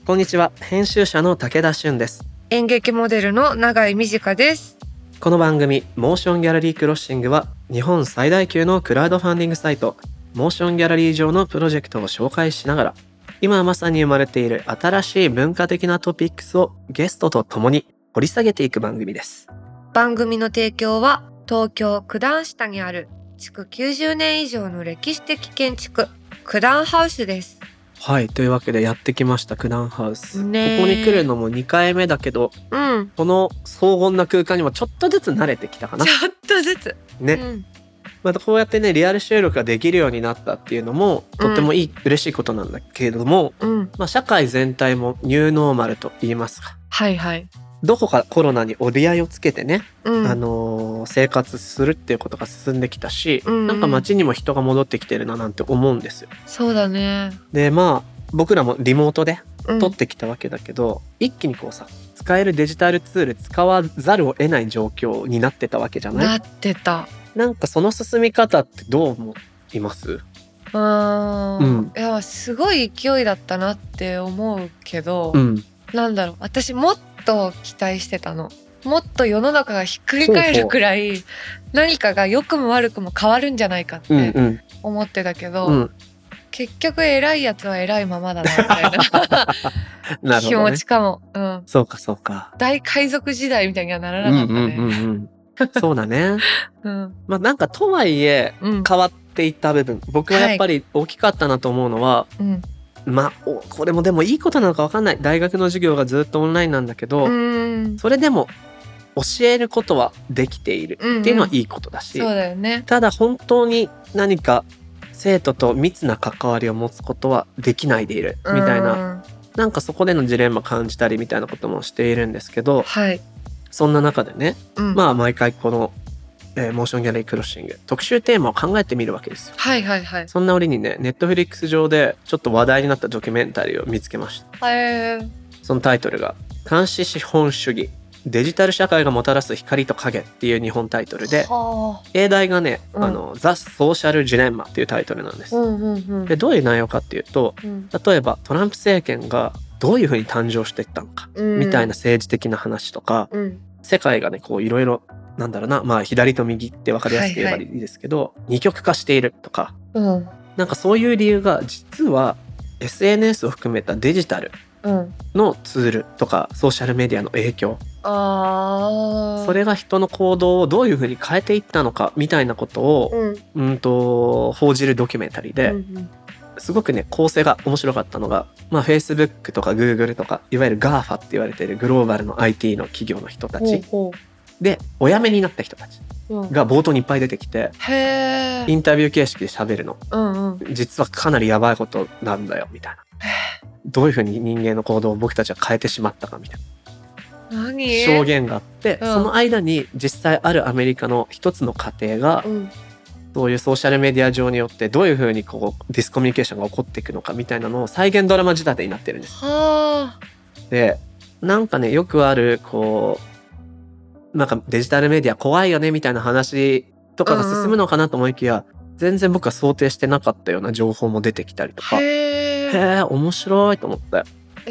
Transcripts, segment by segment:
こんにちは、編集者の武田俊です。 演劇モデルの永井美智香です。 この番組モーションギャラリークロッシングは日本最大級のクラウドファンディングサイトモーションギャラリー上のプロジェクトを紹介しながら、今まさに生まれている新しい文化的なトピックスをゲストと共に掘り下げていく番組です。 番組の提供は東京九段下にある築90年以上の歴史的建築九段ハウスです。 はい、というわけでやってきました九段ハウス、 ね。 ここに来るのも2回目だけど、この荘厳な空間にもちょっとずつ慣れてきたかな。 ちょっとずつね、またこうやってねリアル収録ができるようになったっていうのもとっても嬉しいことなんだけれども、社会全体もニューノーマルと言いますか、どこかコロナに折り合いをつけてね、生活するっていうことが進んできたし、なんか街にも人が戻ってきてるななんて思うんですよ。 そうだね。 で僕らもリモートで撮ってきたわけだけど、一気にこうさ使えるデジタルツール使わざるを得ない状況になってたわけじゃない？ なってた。 なんかその進み方ってどう思います？ いやすごい勢いだったなって思うけど、なんだろう、私もっと期待してたの。もっと世の中がひっくり返るくらい何かが良くも悪くも変わるんじゃないかって思ってたけど、結局偉いやつは偉いままだなみたいな気持ちかも。 そうかそうか。 大海賊時代みたいにはならなかったね。 そうだね。なんかとはいえ変わっていった部分、僕はやっぱり大きかったなと思うのは、これもでもいいことなのか分かんない。大学の授業がずっとオンラインなんだけど、それでも教えることはできているっていうのはいいことだし、 そうだよね。 ただ本当に何か生徒と密な関わりを持つことはできないでいるみたいな、なんかそこでのジレンマ感じたりみたいなこともしているんですけど、そんな中でね、毎回この、モーションギャラリークロッシング特集テーマを考えてみるわけですよ。そんな折にね、ネットフリックス上でちょっと話題になったドキュメンタリーを見つけました。そのタイトルが監視資本主義デジタル社会がもたらす光と影っていう日本タイトルで、英題がね、ザ・ソーシャル・ジレンマっていうタイトルなんです。でどういう内容かっていうと、例えばトランプ政権がどういうふうに誕生していったのか、みたいな政治的な話とか、世界がねこういろいろなんだろうな、左と右って分かりやすく言えばいいですけど、二極化しているとか、なんかそういう理由が実は SNS を含めたデジタルのツールとかソーシャルメディアの影響、それが人の行動をどういうふうに変えていったのかみたいなことを、報じるドキュメンタリーで、すごくね構成が面白かったのが、Facebook とか Google とかいわゆる GAFA って言われているグローバルの IT の企業の人たちでお辞めになった人たちが冒頭にいっぱい出てきて、インタビュー形式で喋るの、実はかなりやばいことなんだよみたいな、どういうふうに人間の行動を僕たちは変えてしまったかみたいな証言があって、その間に実際あるアメリカの一つの家庭が、そういうソーシャルメディア上によってどういうふうにこうディスコミュニケーションが起こっていくのかみたいなのを再現ドラマ仕立てになってるんです。でなんかねよくあるこうなんかデジタルメディア怖いよねみたいな話とかが進むのかなと思いきや、全然僕は想定してなかったような情報も出てきたりとか、面白いと思って。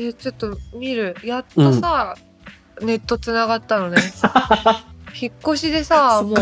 ちょっと見る。やっとさ、ネットつながったのね。引っ越しでさ、もう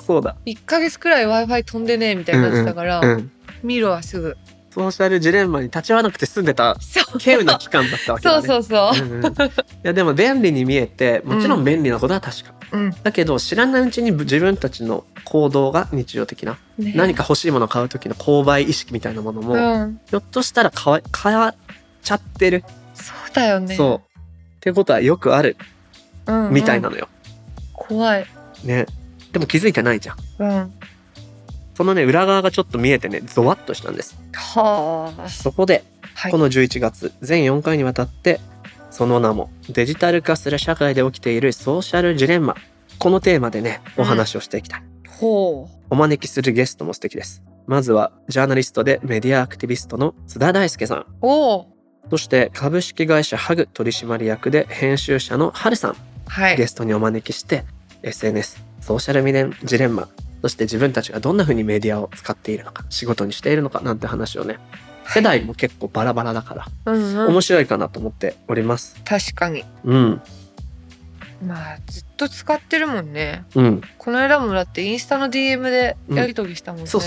1ヶ月くらい Wi-Fi 飛んでねみたいになってたから、見るわすぐ。 ソーシャルジレンマに立ち会わなくて済んでた稀有な期間だったわけだね。いやでも便利に見えて、もちろん便利なことは確か、だけど知らないうちに自分たちの行動が日常的な、何か欲しいものを買う時の購買意識みたいなものも、ひょっとしたら変わっちゃってる。 そうだよね。 そうってことはよくある、みたいなのよ。 怖いね。でも気づいてないじゃん。そのね裏側がちょっと見えてねゾワッとしたんです。そこで、この11月全4回にわたって、その名もデジタル化する社会で起きているソーシャルジレンマ、このテーマでねお話をしていきたい。お招きするゲストも素敵です。まずはジャーナリストでメディアアクティビストの津田大介さん、そして株式会社ハグ取締役で編集者の春さん、ゲストにお招きして SNS ソーシャルジレンマ、そして自分たちがどんな風にメディアを使っているのか、仕事にしているのかなんて話をね世代も結構バラバラだから、面白いかなと思っております。 確かに。まあずっと使ってるもんね。この間もだってインスタの DM でやり取りしたもんね。 そう、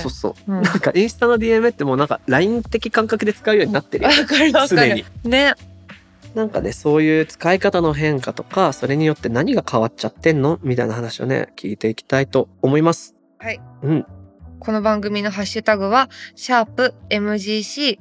なんかインスタの DM ってもうなんか LINE 的感覚で使うようになってるよね。 わかるわかる。ね。 なんかね、そういう使い方の変化とか、それによって何が変わっちゃってんのみたいな話をね、聞いていきたいと思います。 はい。この番組のハッシュタグは、#MGCROSSING、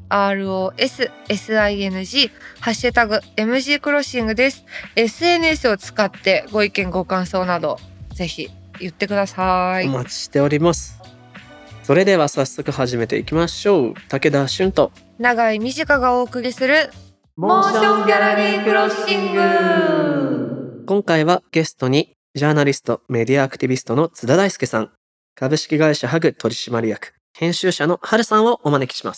ハッシュタグ MG クロッシングです。SNS を使ってご意見ご感想など、ぜひ言ってください。 お待ちしております。それでは早速始めていきましょう。武田俊と永井美智香がお送りするモーションギャラリークロッシング。 今回はゲストにジャーナリスト、メディアアクティビストの津田大介さん、株式会社ハグ取締役編集者の春さんをお招きします。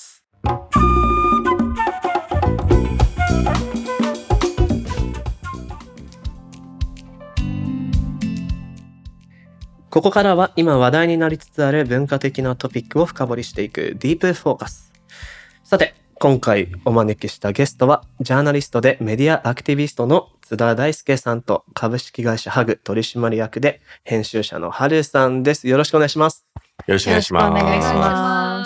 ここからは今話題になりつつある文化的なトピックを深掘りしていくディープフォーカス。さて、今回お招きしたゲストはジャーナリストでメディアアクティビストの津田大介さんと株式会社ハグ取締役で編集者の春さんです。よろしくお願いします。 よろしくお願いします。 お願いします。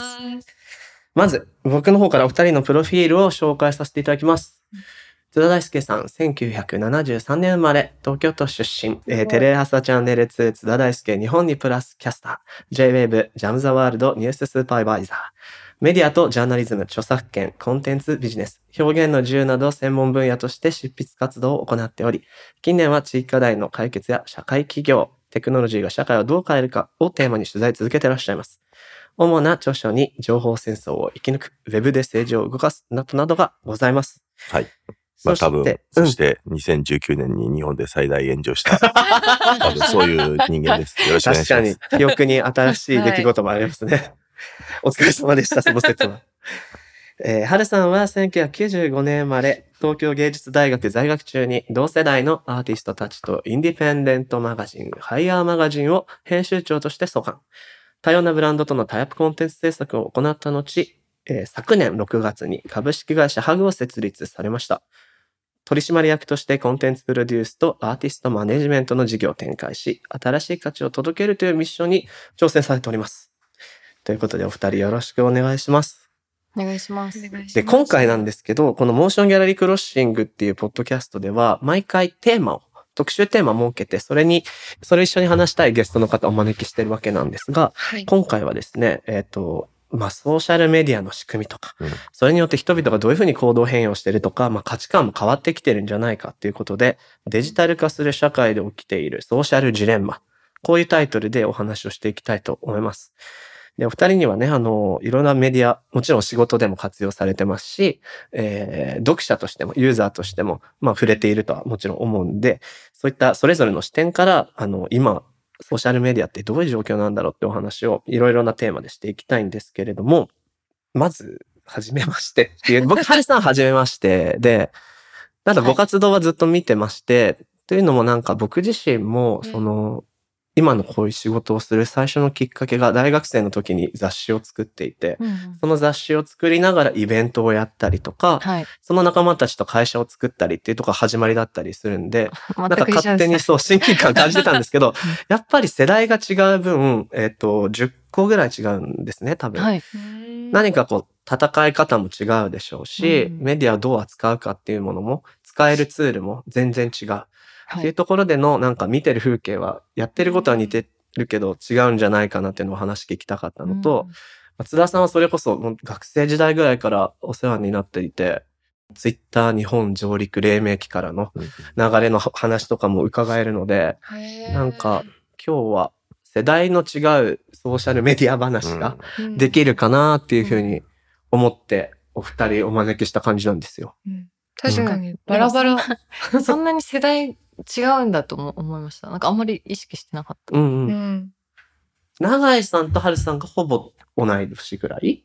まず僕の方からお二人のプロフィールを紹介させていただきます。津田大介さん、1973年生まれ、東京都出身、テレ朝チャンネル2津田大介日本にプラスキャスター、J-Wave ジャムザワールドニューススーパーバイザー、メディアとジャーナリズム、著作権、コンテンツビジネス、表現の自由など専門分野として執筆活動を行っており、近年は地域課題の解決や社会起業、テクノロジーが社会をどう変えるかをテーマに取材続けていらっしゃいます。主な著書に情報戦争を生き抜く、ウェブで政治を動かすなどなどがございます。 はい。まあ多分、そして2019年に日本で最大炎上した、多分そういう人間です。よろしくお願いします。 確かに、記憶に新しい出来事もありますね。はい、お疲れ様でした、その説は。春さんは1995年生まれ、東京芸術大学在学中に同世代のアーティストたちとインディペンデントマガジン、ハイヤーマガジンを編集長として創刊。多様なブランドとのタイアップコンテンツ制作を行った後、昨年6月に株式会社ハグを設立されました。取締役としてコンテンツプロデュースとアーティストマネジメントの事業を展開し、新しい価値を届けるというミッションに挑戦されております。ということでお二人よろしくお願いします。 お願いします。 で、今回なんですけど、このモーションギャラリークロッシングっていうポッドキャストでは、毎回特集テーマを設けて、それ一緒に話したいゲストの方をお招きしてるわけなんですが、はい、今回はですね、ソーシャルメディアの仕組みとか、それによって人々がどういうふうに行動変容してるとか、価値観も変わってきてるんじゃないかっていうことで、デジタル化する社会で起きているソーシャルジレンマ、こういうタイトルでお話をしていきたいと思います。で、お二人にはね、いろんなメディア、もちろん仕事でも活用されてますし、読者としても、ユーザーとしても、触れているとはもちろん思うんで、そういったそれぞれの視点から、今、ソーシャルメディアってどういう状況なんだろうってお話をいろいろなテーマでしていきたいんですけれども、まず、はじめましてっていう、僕、ハリさんはじめましてで、ただご活動はずっと見てまして、というのもなんか僕自身も、今のこういう仕事をする最初のきっかけが大学生の時に雑誌を作っていて、その雑誌を作りながらイベントをやったりとか、その仲間たちと会社を作ったりっていうところが始まりだったりするんで、なんか勝手に親近感感じてたんですけど、やっぱり世代が違う分、10個ぐらい違うんですね、多分。何か戦い方も違うでしょうし、メディアをどう扱うかっていうものも、使えるツールも全然違う。っていうところでのなんか見てる風景はやってることは似てるけど違うんじゃないかなっていうのを話聞きたかったのと、津田さんはそれこそ学生時代ぐらいからお世話になっていて、ツイッター日本上陸黎明期からの流れの話とかも伺えるので、なんか今日は世代の違うソーシャルメディア話ができるかなっていうふうに思ってお二人お招きした感じなんですよ。 確かにバラバラそんなに世代違うんだと思いました。なんかあんまり意識してなかった。 永井さんと春さんがほぼ同い年ぐらい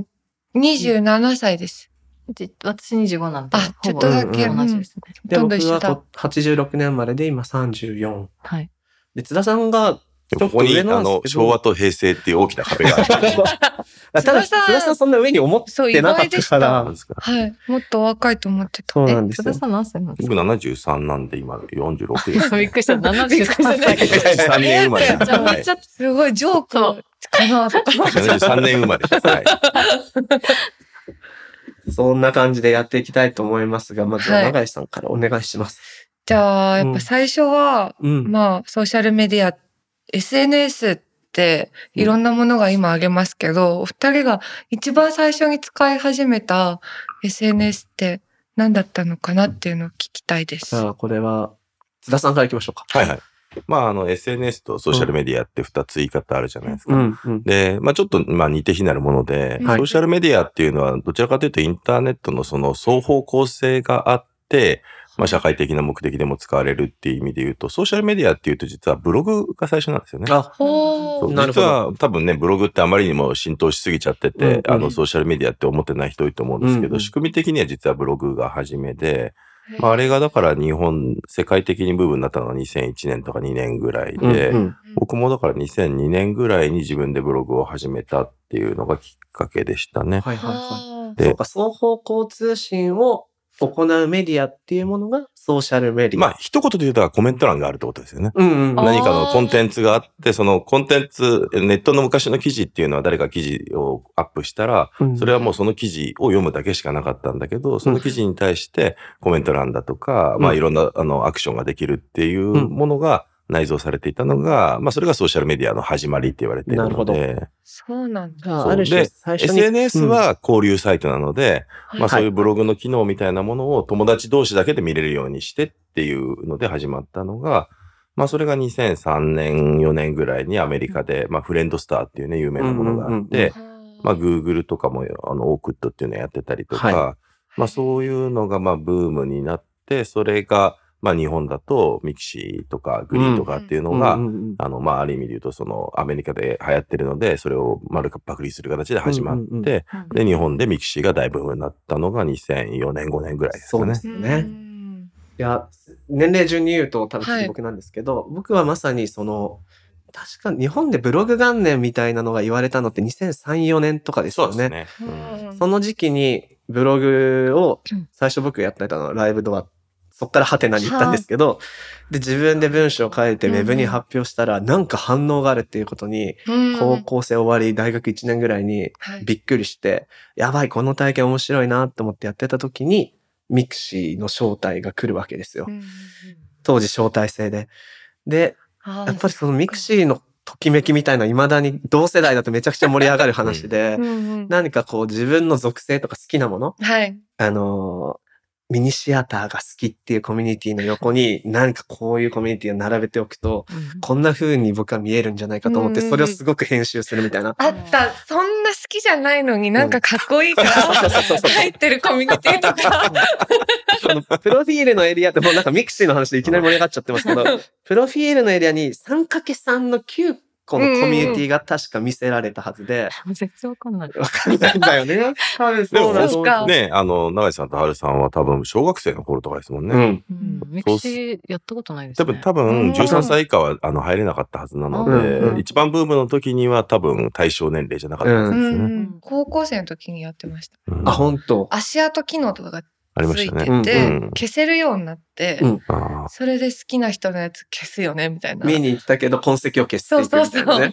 ？27歳です。 私25なんで。 ちょっとだけ同じですね。 で、僕は86年生まれで今34。 はい。 で、津田さんがここに昭和と平成っていう大きな壁がある。 ただ津田さんそんな上に思ってなかったから。 はい。もっと若いと思ってた。 そうなんですよ。 津田さん何歳なんですか？僕73なんで今46です、 ね。びっくりした。73歳。 3年生まれ。 めっちゃすごいジョークかなとか。 73年生まれです。はい。 そんな感じでやっていきたいと思いますが、まずは永井さんからお願いします。 じゃあ、やっぱ最初は、まあ、ソーシャルメディア、SNS っていろんなものが今あげますけど、お二人が一番最初に使い始めた SNS って何だったのかなっていうのを聞きたいです。 じゃあ、これは、津田さんから行きましょうか。 はいはい。まあ、SNS とソーシャルメディアって2つ言い方あるじゃないですか。で、まあちょっと、まあ似て非なるもので、ソーシャルメディアっていうのはどちらかというとインターネットのその双方向性があって、まあ社会的な目的でも使われるっていう意味で言うと、ソーシャルメディアっていうと実はブログが最初なんですよね。実は多分ね、ブログってあまりにも浸透しすぎちゃってて、ソーシャルメディアって思ってない人多いと思うんですけど、仕組み的には実はブログが初めで、まあ、あれがだから世界的にブームになったのが2001年とか2年ぐらいで、僕もだから2002年ぐらいに自分でブログを始めたっていうのがきっかけでしたね。 はいはいはい。そうか、双方向通信を行うメディアっていうものがソーシャルメディア。 まあ、一言で言うとコメント欄があるってことですよね。何かのコンテンツがあって、そのコンテンツ、ネットの昔の記事っていうのは誰か記事をアップしたら、それはもうその記事を読むだけしかなかったんだけど、その記事に対してコメント欄だとか、まあいろんなアクションができるっていうものが内蔵されていたのが、まあそれがソーシャルメディアの始まりって言われているので。 そうなんだ。 ある種最初に SNS は交流サイトなので、まあそういうブログの機能みたいなものを友達同士だけで見れるようにしてっていうので始まったのが、まあそれが2003年、4年ぐらいにアメリカで、まあフレンドスターっていうね、有名なものがあって、まあ Google とかもオークットっていうのをやってたりとか、まあそういうのがまあブームになって、それがまあ日本だとミクシーとかグリーとかっていうのが、まあある意味で言うとそのアメリカで流行ってるので、それを丸パクリする形で始まって、で日本でミクシーが大ブームになったのが2004年5年ぐらいですかね。 そうですね。いや、年齢順に言うと多分次僕なんですけど、僕はまさにその、確か日本でブログ元年みたいなのが言われたのって2003、4年とかですよね。 そうですね。その時期にブログを最初僕やってたのはライブドア。そっからハテナに行ったんですけど、で、自分で文章を書いてウェブに発表したら、なんか反応があるっていうことに、高校生終わり、大学1年ぐらいにびっくりして、やばい、この体験面白いなって思ってやってた時に、ミクシーの招待が来るわけですよ。当時招待制で。で、やっぱりそのミクシーのときめきみたいな未だに同世代だとめちゃくちゃ盛り上がる話で、何かこう自分の属性とか好きなもの、ミニシアターが好きっていうコミュニティの横に何かこういうコミュニティを並べておくと、こんな風に僕は見えるんじゃないかと思って、それをすごく編集するみたいな。 あった。そんな好きじゃないのになんかかっこいいから入ってるコミュニティとか。 プロフィールのエリアってもうなんかミクシーの話でいきなり盛り上がっちゃってますけど、プロフィールのエリアに 3×3 の9このコミュニティが確か見せられたはずで。 全然わかんない。 わかんないんだよね。多分そうなんですか。ね、永井さんと春さんは多分小学生の頃とかですもんね。 ミクシーやったことないですね。 多分13歳以下は入れなかったはずなので、一番ブームの時には多分対象年齢じゃなかったはずですね。 高校生の時にやってました。 あ、本当。 足跡機能とかがついてて、消せるようになって、それで好きな人のやつ消すよね、みたいな。 見に行ったけど痕跡を消していくみたいなね。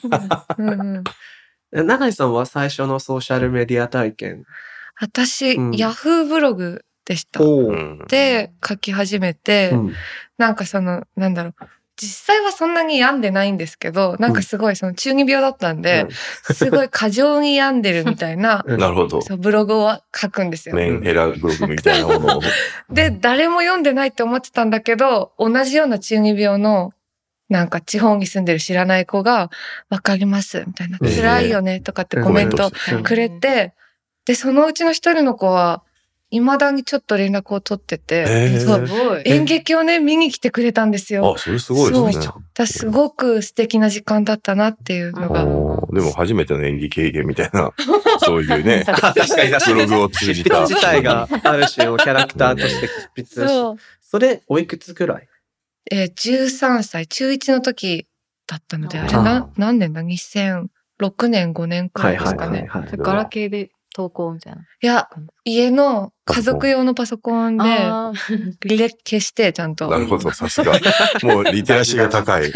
永井さんは最初のソーシャルメディア体験？ 私、ヤフーブログでした。で、書き始めて、なんかなんだろう。実際はそんなに病んでないんですけど、なんかすごい中二病だったんで、すごい過剰に病んでるみたいな、 なるほど。 ブログを書くんですよ。 メンヘラブログみたいなものを。 で、誰も読んでないって思ってたんだけど、同じような中二病の、なんか地方に住んでる知らない子が、わかります、みたいな。辛いよね、とかってコメントくれて、で、そのうちの一人の子は、未だにちょっと連絡を取ってて、演劇をね、見に来てくれたんですよ。 あ、それすごいですね。 すごく素敵な時間だったなっていうのが。 でも初めての演技経験みたいな、そういうね、 確かにブログを通じた。 自体がある種のキャラクターとして執筆し。それ、おいくつくらい 13歳、中1の時だったので、あれ何年だ ?2006 年、5年くらいですかね。 ガラケーで投稿みたいな。 いや、家の家族用のパソコンで、履歴消してちゃんと。 なるほど、さすが。もうリテラシーが高い。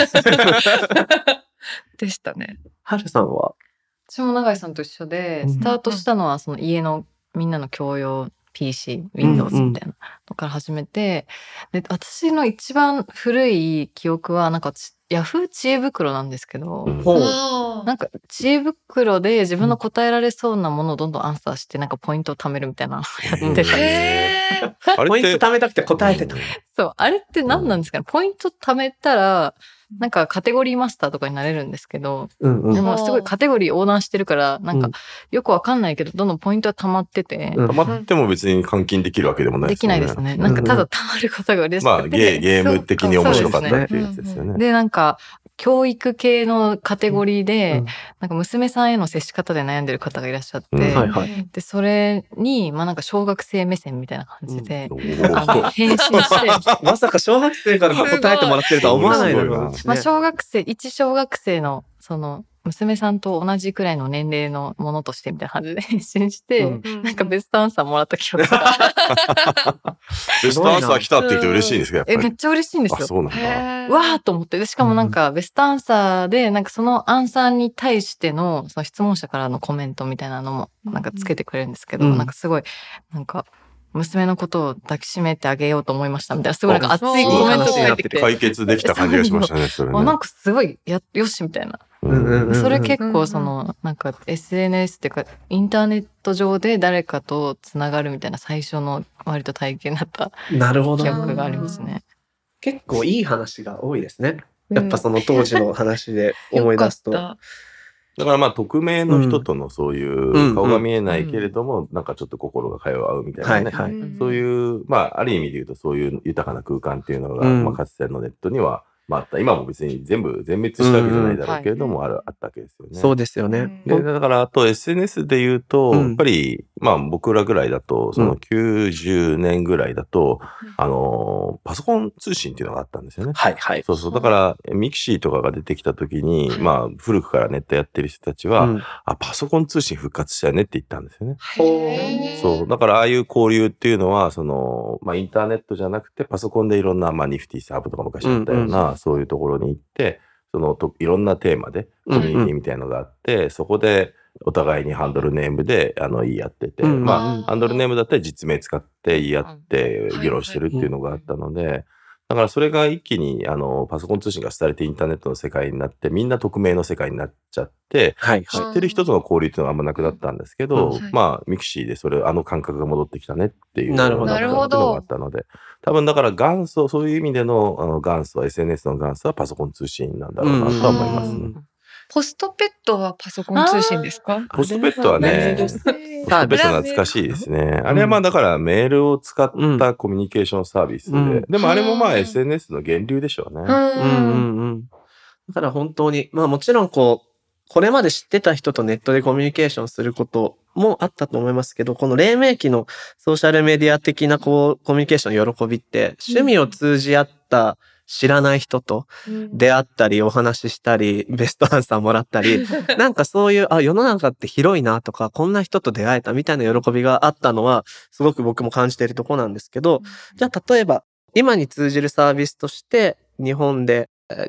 でしたね。 はるさんは？ 私も永井さんと一緒で、スタートしたのはその家のみんなの共用 PC、Windows みたいなのから始めて、で、私の一番古い記憶は、なんかヤフー知恵袋なんですけど、なんか知恵袋で自分の答えられそうなものをどんどんアンサーして、なんかポイントを貯めるみたいなのをやってて。 ポイント貯めたくて答えてた。 そう、あれって何なんですかね。ポイント貯めたら、なんかカテゴリーマスターとかになれるんですけど、でもすごいカテゴリー横断してるから、なんかよくわかんないけど、どんどんポイントが溜まってて。 溜まっても別に換金できるわけでもないですね。できないですね。なんかただ溜まることが嬉しくて。 まあゲーム的に面白かったっていうやつですよね。 で、なんか、教育系のカテゴリーで、なんか娘さんへの接し方で悩んでる方がいらっしゃって、で、それに、まあなんか小学生目線みたいな感じで、返信して。 まさか小学生から答えてもらってるとは思わないのよ。 まあ一小学生の、その、娘さんと同じくらいの年齢のものとしてみたいな感じで返信して、なんかベストアンサーもらった記憶が。 ベストアンサー来たって言って嬉しいんですか？ めっちゃ嬉しいんですよ。 そうなんだ。 わーっと思って。で、しかもなんかベストアンサーで、なんかそのアンサーに対しての、その質問者からのコメントみたいなのも、なんかつけてくれるんですけど、なんかすごい、なんか、娘のことを抱きしめてあげようと思いましたみたいな、すごいなんか熱いコメントが返ってきて。 解決できた感じがしましたね、それね。 なんかすごい、よしみたいな。それ結構その、なんか SNS っていうか、インターネット上で誰かとつながるみたいな最初の割と体験だった記憶がありますね。 結構いい話が多いですね。やっぱその当時の話で思い出すと。 だからまあ匿名の人とのそういう顔が見えないけれども、なんかちょっと心が通うみたいなね。そういう、まあある意味で言うとそういう豊かな空間っていうのが、まあかつてのネットには、まああった。今も別に全部全滅したわけじゃないだろうけれども、あったわけですよね。 そうですよね。 で、だからあと SNS で言うと、やっぱり、まあ僕らぐらいだと、その90年ぐらいだと、パソコン通信っていうのがあったんですよね。 はいはい。 そうそう。だから、ミクシーとかが出てきた時に、まあ古くからネットやってる人たちは、パソコン通信復活したよねって言ったんですよね。そう。だからああいう交流っていうのは、その、まあインターネットじゃなくてパソコンでいろんな、まあニフティサーブとか昔あったような、そういうところに行って、そのいろんなテーマでコミュニティみたいのがあって、そこでお互いにハンドルネームで言い合ってて、まあハンドルネームだったら実名使って言い合って議論してるっていうのがあったので、だからそれが一気にパソコン通信が廃れてインターネットの世界になって、みんな匿名の世界になっちゃって、知ってる人との交流っていうのはあんまなくなったんですけど、まあミクシーでそれ感覚が戻ってきたねっていうのがあったので、多分だから元祖、そういう意味での元祖、SNS の元祖はパソコン通信なんだろうなとは思いますね。 ポストペットはパソコン通信ですか？ ポストペットはね、ポストペット懐かしいですね。あれはまあだからメールを使ったコミュニケーションサービスで、でもあれもまあ SNS の源流でしょうね。 だから本当に、まあもちろんこれまで知ってた人とネットでコミュニケーションすることもあったと思いますけど、この黎明期のソーシャルメディア的なコミュニケーションの喜びって、趣味を通じ合った知らない人と出会ったりお話ししたり、ベストアンサーもらったり、なんかそういう、世の中って広いなとか、こんな人と出会えたみたいな喜びがあったのは、すごく僕も感じているところなんですけど、じゃあ例えば、今に通じるサービスとして、日本で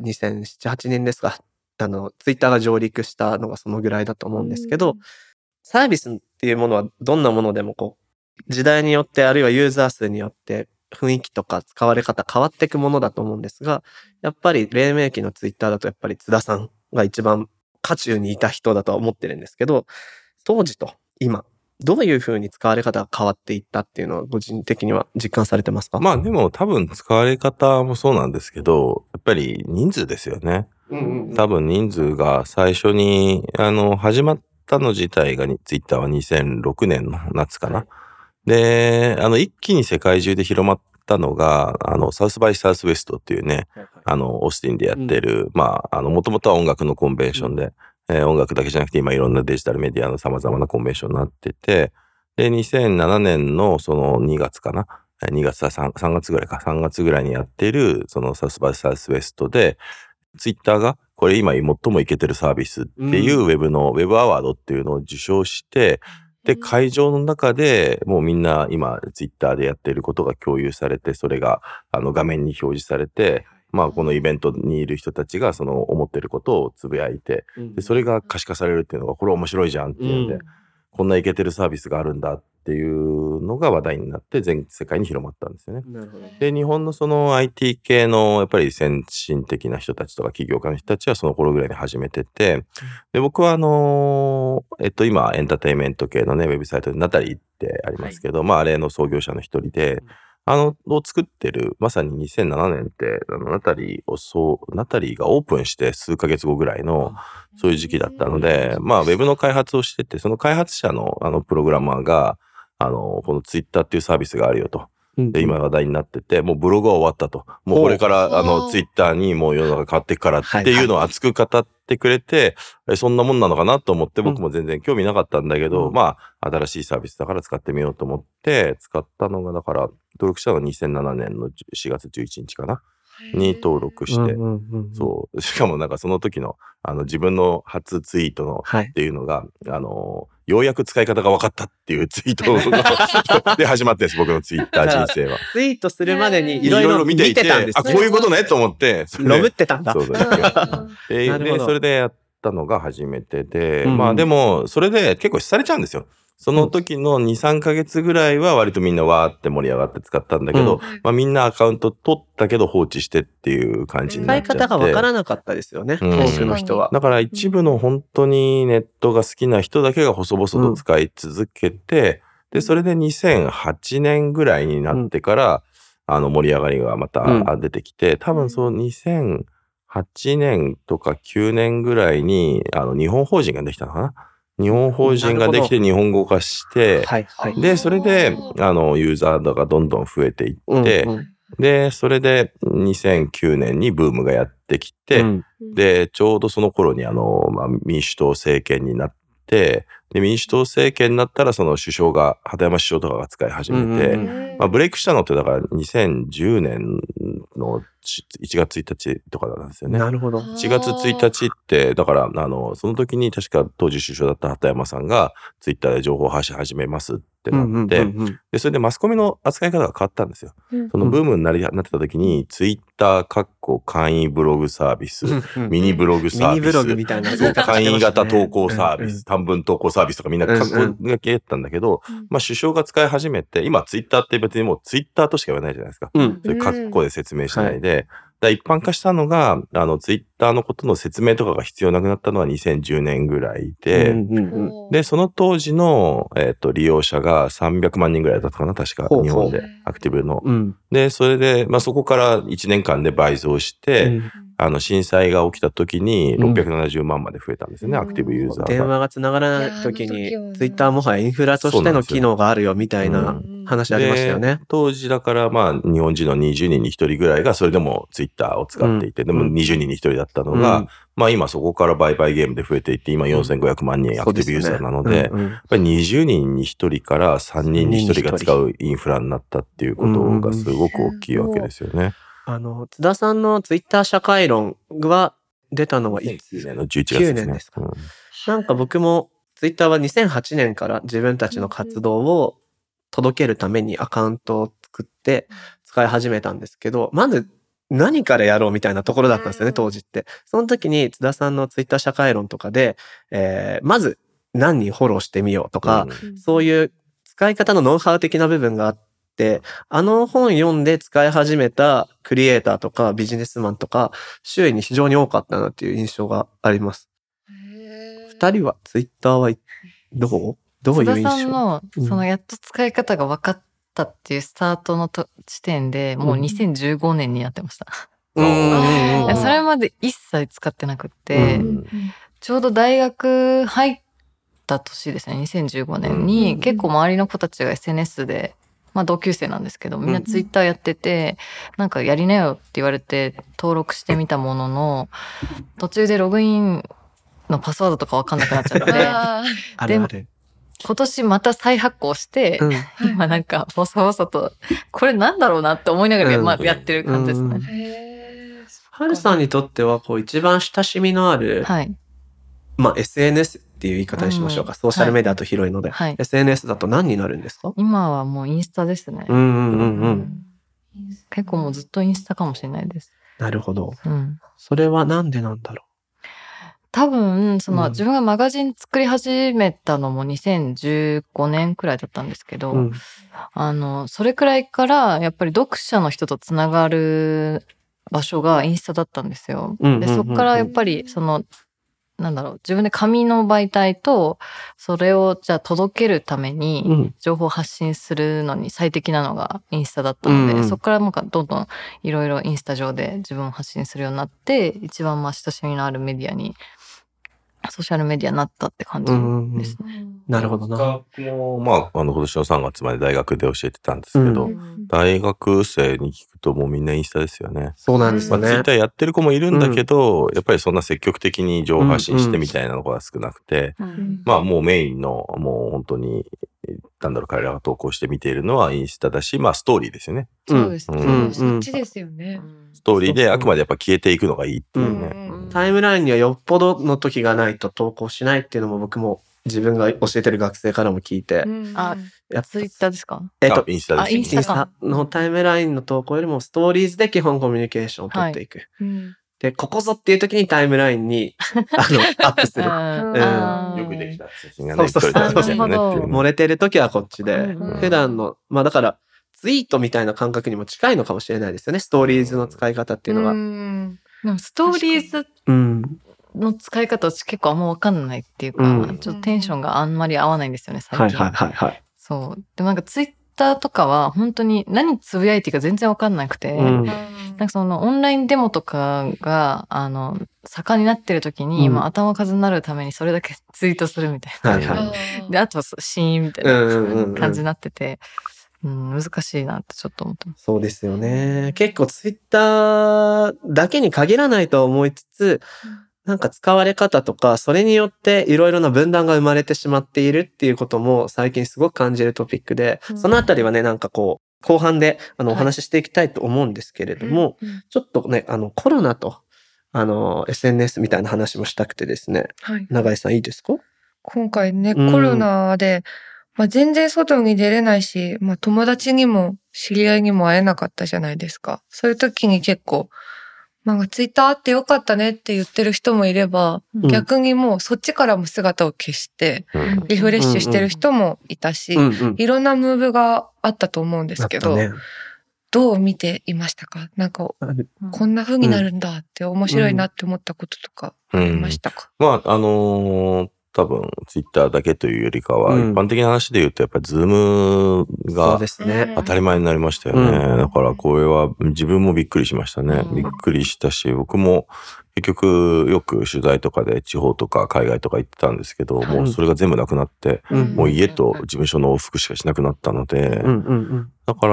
2007、8年ですか、ツイッターが上陸したのがそのぐらいだと思うんですけど、サービスっていうものはどんなものでも時代によってあるいはユーザー数によって雰囲気とか使われ方変わっていくものだと思うんですが、やっぱり黎明期のツイッターだとやっぱり津田さんが一番渦中にいた人だとは思ってるんですけど、当時と今、どういう風に使われ方が変わっていったっていうのはご人的には実感されてますか？ まあでも多分使われ方もそうなんですけど、やっぱり人数ですよね。多分人数が最初に始まったの自体がツイッターは2006年の夏かな。で、一気に世界中で広まったのが、サウスバイサウスウェストっていうね、オースティンでやってる、まあ、もともとは音楽のコンベンションで、音楽だけじゃなくて今いろんなデジタルメディアの様々なコンベンションになってて、で、2007年のその2月かな。2月は3月ぐらいか。3月ぐらいにやっている、そのサウスバイサウスウェストで、ツイッターがこれ今最もイケてるサービスっていうウェブの、ウェブアワードっていうのを受賞して、で、会場の中でもうみんな今ツイッターでやっていることが共有されて、それが画面に表示されて、まあこのイベントにいる人たちがその思ってることをつぶやいて、でそれが可視化されるっていうのがこれ面白いじゃんっていうんで、こんなイケてるサービスがあるんだっていうのが話題になって全世界に広まったんですよね。なるほど。で、日本のその IT 系のやっぱり先進的な人たちとか起業家の人たちはその頃ぐらいに始めてて、で、僕は今エンターテインメント系のね、ウェブサイトでナタリーってありますけど、まああれの創業者の一人で、を作ってる、まさに2007年って、ナタリーがオープンして数ヶ月後ぐらいの、そういう時期だったので、まあ、ウェブの開発をしてて、その開発者の、プログラマーが、このツイッターっていうサービスがあるよと。で、今話題になってて、もうブログは終わったと。もうこれから、ツイッターにもう世の中変わっていくからっていうのを熱く語ってくれて、そんなもんなのかなと思って、僕も全然興味なかったんだけど、まあ、新しいサービスだから使ってみようと思って、使ったのが、だから、登録したのが2007年の4月11日かなに登録して、そう。しかもなんかその時の、自分の初ツイートのっていうのが、ようやく使い方が分かったっていうツイートで始まってんです、僕のツイッター人生は。 ツイートするまでにいろいろ見てたんですね。 あ、こういうことねと思って。 ロブってたんだ。 そうそう。で、それでやったのが初めてで、まあでも、それで結構されちゃうんですよ。その時の2、3ヶ月ぐらいは割とみんなわーって盛り上がって使ったんだけど、まあみんなアカウント取ったけど放置してっていう感じになっちゃって。 使い方がわからなかったですよね、多くの人は。 だから一部の本当にネットが好きな人だけが細々と使い続けて、で、それで2008年ぐらいになってから、盛り上がりがまた出てきて、多分そう2008年とか9年ぐらいに、日本法人ができたのかな。日本法人ができて日本語化して、で、それで、ユーザーがどんどん増えていって、で、それで2009年にブームがやってきて、で、ちょうどその頃に民主党政権になって、で、民主党政権になったらその首相が、鳩山首相とかが使い始めて、まあ、ブレイクしたのってだから2010年の1月1日とかなんですよね。 なるほど。 1月1日って、だから、その時に確か当時首相だった鳩山さんがツイッターで情報発信始めますってなって、で、それでマスコミの扱い方が変わったんですよ。そのブームになってた時に、ツイッター簡易ブログサービス、ミニブログサービス、 ミニブログみたいな。 簡易型投稿サービス、短文投稿サービスとかみんな格好がけやったんだけど、まあ首相が使い始めて、今ツイッターって別にもうツイッターとしか言わないじゃないですか。そういう格好で説明しないで、一般化したのが、ツイッターのことの説明とかが必要なくなったのは2010年ぐらいで、で、その当時の、利用者が300万人ぐらいだったかな、確か、日本で、アクティブの。で、それで、まあ、そこから1年間で倍増して、震災が起きた時に670万まで増えたんですよね、アクティブユーザーが。 電話が繋がらない時に、ツイッターもはやインフラとしての機能があるよみたいな話ありましたよね。 当時だからまあ日本人の20人に1人ぐらいがそれでもツイッターを使っていて、でも20人に1人だったのが、まあ今そこから売買ゲームで増えていって、今4500万人アクティブユーザーなので、やっぱり20人に1人から3人に1人が使うインフラになったっていうことがすごく大きいわけですよね。 津田さんのツイッター社会論は出たのはいつ？ 2009年の11月ですね。 9年ですか。なんか僕もツイッターは2008年から自分たちの活動を届けるためにアカウントを作って使い始めたんですけど、まず何からやろうみたいなところだったんですよね、当時って。その時に津田さんのツイッター社会論とかで、まず何人フォローしてみようとか、そういう使い方のノウハウ的な部分があって、本読んで使い始めたクリエイターとかビジネスマンとか周囲に非常に多かったなっていう印象があります。二人はツイッターはどういう印象？ 津田さんのそのやっと使い方が分かったっていうスタートの地点でもう2015年になってました。それまで一切使ってなくって、ちょうど大学入った年ですね、2015年に結構周りの子たちが SNS でまあ同級生なんですけど、みんなツイッターやってて、なんかやりなよって言われて登録してみたものの、途中でログインのパスワードとかわかんなくなっちゃって、で、今年また再発行して、今なんかボソボソと、これなんだろうなって思いながら、まあやってる感じですね。 はるさんにとっては、一番親しみのある、はい、SNS っていう言い方にしましょうか。ソーシャルメディアと広いので、はい、SNS だと何になるんですか？ 今はもうインスタですね。結構もうずっとインスタかもしれないです。 なるほど。それはなんでなんだろう。 多分、自分がマガジン作り始めたのも2015年くらいだったんですけど、それくらいからやっぱり読者の人とつながる場所がインスタだったんですよ。で、そこからやっぱり自分で紙の媒体と、それをじゃあ届けるために情報を発信するのに最適なのがインスタだったので、そこからどんどんいろいろインスタ上で自分を発信するようになって、一番親しみのあるメディアに、ソーシャルメディアになったって感じですね。 なるほどな。 今年の3月まで大学で教えてたんですけど、大学生に聞くともうみんなインスタですよね。 そうなんですよね。 ツイッターやってる子もいるんだけど、やっぱりそんな積極的に情報発信してみたいなのが少なくて、もうメインの、もう本当に、彼らが投稿して見ているのはインスタだし、ストーリーですよね。 そうですね。そっちですよね。 ストーリーであくまでやっぱ消えていくのがいいっていうね。 タイムラインにはよっぽどの時がないと投稿しないっていうのも僕も自分が教えてる学生からも聞いて。 ツイッターですか？ インスタです。 インスタのタイムラインの投稿よりもストーリーズで基本コミュニケーションを取っていく。で、ここぞっていう時にタイムラインにアップする。 よくできた写真がね、撮れたんですよね。 漏れてる時はこっちで。普段の、だから、ツイートみたいな感覚にも近いのかもしれないですよね。ストーリーズの使い方っていうのが。 でもストーリーズの使い方は結構あんま分かんないっていうか、ちょっとテンションがあんまり合わないんですよね、最近。そう。でもツイッターとかは本当に何つぶやいていいか全然分かんなくて、オンラインデモとかが、盛んになってる時に、頭数になるためにそれだけツイートするみたいな。で、あとはシーンみたいな感じになってて、難しいなってちょっと思ってます。 そうですよね。結構ツイッターだけに限らないと思いつつ、使われ方とか、それによっていろいろな分断が生まれてしまっているっていうことも最近すごく感じるトピックで、そのあたりはね、後半でお話ししていきたいと思うんですけれども、ちょっとね、コロナと、SNS みたいな話もしたくてですね。永井さんいいですか？ 今回ね、コロナで、全然外に出れないし、友達にも知り合いにも会えなかったじゃないですか。そういう時に結構、ツイッターあってよかったねって言ってる人もいれば、逆にもうそっちからも姿を消して、リフレッシュしてる人もいたし、いろんなムーブがあったと思うんですけど、どう見ていましたか？こんな風になるんだって面白いなって思ったこととかありましたか？ 多分、ツイッターだけというよりかは、一般的な話で言うと、やっぱりズームが当たり前になりましたよね。だからこれは自分もびっくりしましたね。びっくりしたし、僕も結局よく取材とかで地方とか海外とか行ってたんですけど、もうそれが全部なくなって、もう家と事務所の往復しかしなくなったので、だから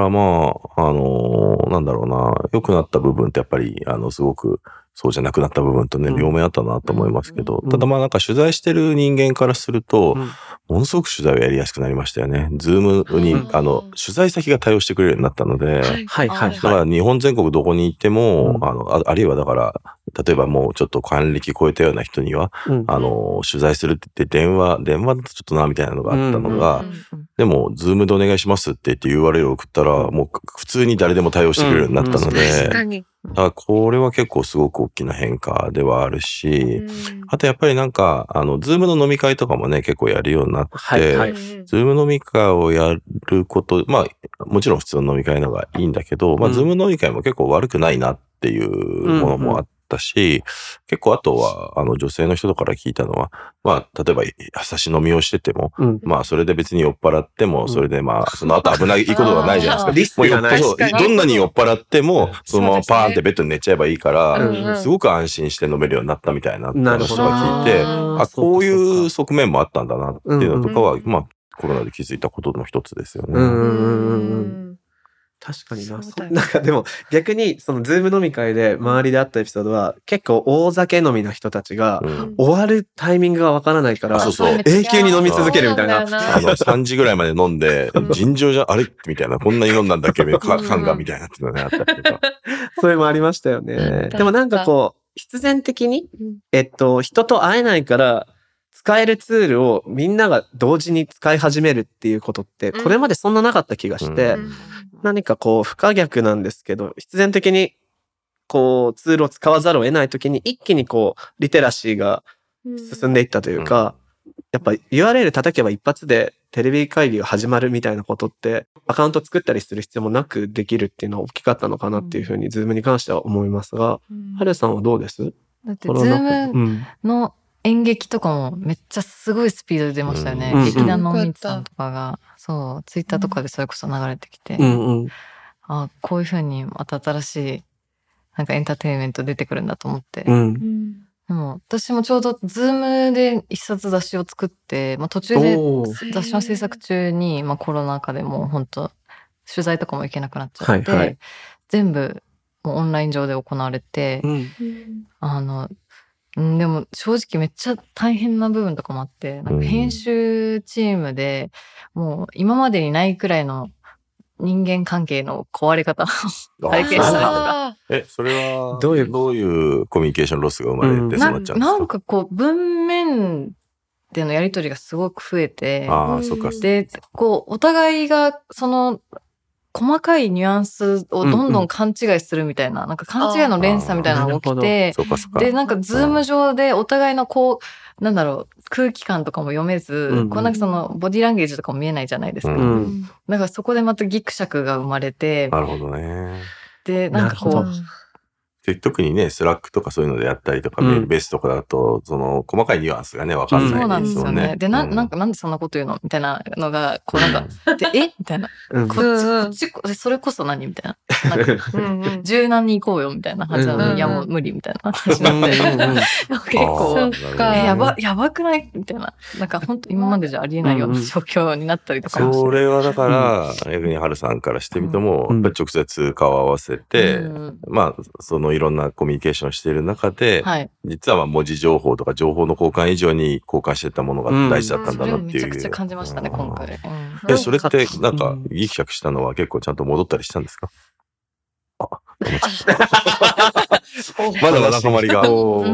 良くなった部分ってやっぱり、すごく、そうじゃなくなった部分とね、両面あったなと思いますけど、ただ取材してる人間からすると、ものすごく取材をやりやすくなりましたよね。ズームに、取材先が対応してくれるようになったので、だから日本全国どこに行っても、あるいはだから、例えばもうちょっと還暦超えたような人には、取材するって言って電話だとちょっとな、みたいなのがあったのが、でも、ズームでお願いしますって言って URL を送ったら、もう普通に誰でも対応してくれるようになったので、だからこれは結構すごく大きな変化ではあるし、あとやっぱりズームの飲み会とかもね、結構やるようになって、ズーム飲み会をやること、もちろん普通の飲み会の方がいいんだけど、ズーム飲み会も結構悪くないなっていうものもあったし、結構あとは、女性の人とから聞いたのは、例えば、差し飲みをしてても、それで別に酔っ払っても、それでその後危ないことはないじゃないですか。リスクがない。どんなに酔っ払っても、そのままパーンってベッドに寝ちゃえばいいから、すごく安心して飲めるようになったみたいな話が聞いて、こういう側面もあったんだなっていうのとかは、コロナで気づいたことの一つですよね。 確かにな。でも逆にそのズーム飲み会で周りであったエピソードは結構大酒飲みな人たちが終わるタイミングがわからないから永久に飲み続けるみたいな。 3時ぐらいまで飲んで尋常じゃあれみたいな、こんなに飲んだんだっけ缶がみたいなっていうのねあったりとか。 それもありましたよね。でもなんかこう、必然的に、人と会えないから、使えるツールをみんなが同時に使い始めるっていうことって、これまでそんななかった気がして、何かこう、不可逆なんですけど、必然的に、こう、ツールを使わざるを得ないときに、一気にこう、リテラシーが進んでいったというか、やっぱ URL 叩けば一発でテレビ会議が始まるみたいなことって、アカウント作ったりする必要もなくできるっていうのは大きかったのかなっていうふうに、ズームに関しては思いますが、はるさんはどうです？ だって、ズームの演劇とかもめっちゃすごいスピードで出ましたよね。劇団のみつさんとかが、そう、ツイッターとかでそれこそ流れてきて、あ、こういうふうにまた新しい、なんかエンターテインメント出てくるんだと思って。でも私もちょうどズームで一冊雑誌を作って、途中で雑誌の制作中に、コロナ禍でもう本当取材とかも行けなくなっちゃって、全部もうオンライン上で行われて、でも正直めっちゃ大変な部分とかもあって、なんか編集チームでもう今までにないくらいの人間関係の壊れ方を体験したりとか。 それはどういうコミュニケーションロスが生まれてそうなっちゃうんですか？ なんかこう文面でのやり取りがすごく増えて、で、こうお互いがその細かいニュアンスをどんどん勘違いするみたいな、なんか勘違いの連鎖みたいなのが起きて、で、なんかズーム上でお互いのこう、なんだろう、空気感とかも読めず、こうなんかそのボディーランゲージとかも見えないじゃないですか。だからそこでまたギクシャクが生まれて、 なるほどね。 で、なんかこう、 特にね、スラックとかそういうのでやったりとか、メールベースとかだと、その細かいニュアンスがね、わかんないですよね。そうなんですよね。 で、なんでそんなこと言うのみたいなのが、こうなんか、で、みたいな。こっち、それこそ何みたいな。なんか柔軟に行こうよ、みたいな話なのに、いやもう無理みたいな話になって。結構、やばくないみたいな。なんか本当今までじゃありえないような状況になったりとかもして。 それはだから、逆に春さんからしてみても、やっぱり直接顔を合わせて、そのいろんなコミュニケーションしている中で、実は文字情報とか情報の交換以上に交換していったものが大事だったんだなっていう。 それめちゃくちゃ感じましたね、今回。 それってなんかギクシャクしたのは結構ちゃんと戻ったりしたんですか？まだまだまりが。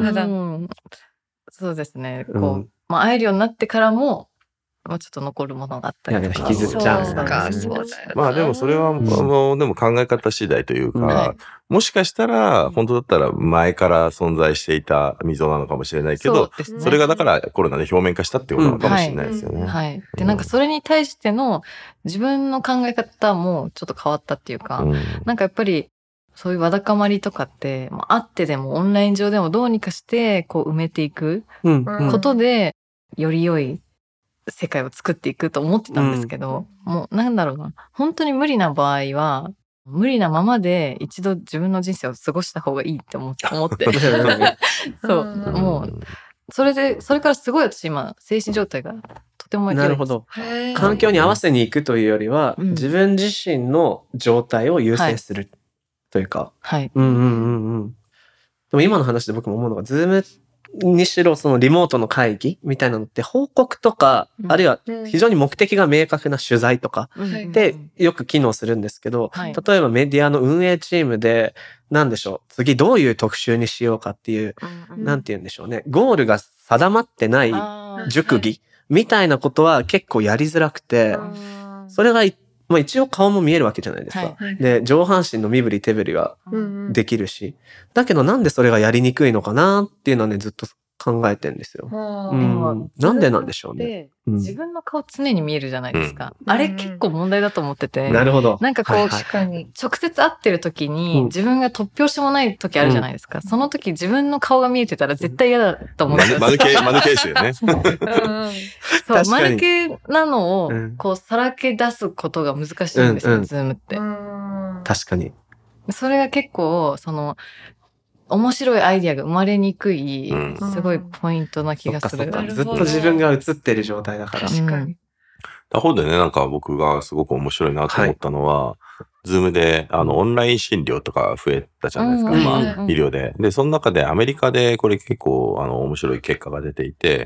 そうですね。こう、会えるようになってからも、ちょっと残るものがあったりとか。 引きずっちゃうんだ。 でもそれは、でも考え方次第というか、もしかしたら、本当だったら前から存在していた溝なのかもしれないけど、それがだからコロナで表面化したってことなのかもしれないですよね。 はい。で、なんかそれに対しての自分の考え方もちょっと変わったっていうか、なんかやっぱり、そういうわだかまりとかって、会ってでもオンライン上でもどうにかして、こう埋めていくことで、より良い世界を作っていくと思ってたんですけど、もうなんだろうな、本当に無理な場合は、無理なままで一度自分の人生を過ごした方がいいって思って。そう、もう、それからすごい私今、精神状態がとても良いです。 なるほど。環境に合わせに行くというよりは、自分自身の状態を優先するというか。 はい。 でも今の話で僕も思うのが、ズームにしろそのリモートの会議みたいなのって報告とか、あるいは非常に目的が明確な取材とかでよく機能するんですけど、例えばメディアの運営チームで何でしょう、次どういう特集にしようかっていう、なんて言うんでしょうね、ゴールが定まってない熟議みたいなことは結構やりづらくて、それが一応顔も見えるわけじゃないですか。で、上半身の身振り手振りができるし。だけどなんでそれがやりにくいのかなっていうのはね、ずっと考えてんですよ。なんでなんでしょうね。 自分の顔常に見えるじゃないですか。あれ結構問題だと思ってて。 なるほど。 なんかこう、直接会ってる時に自分が突拍子もない時あるじゃないですか。その時自分の顔が見えてたら絶対嫌だと思うんですよ。 間抜けですよね。 そう、間抜けなのをこうさらけ出すことが難しいんですよ、ズームって。 確かに。 それが結構、面白いアイディアが生まれにくい、すごいポイントな気がする。 ずっと自分が映ってる状態だから。 確かに。 他方でね、なんか僕がすごく面白いなと思ったのは、ズームで、オンライン診療とか増えたじゃないですか、医療で。で、その中でアメリカでこれ結構、面白い結果が出ていて、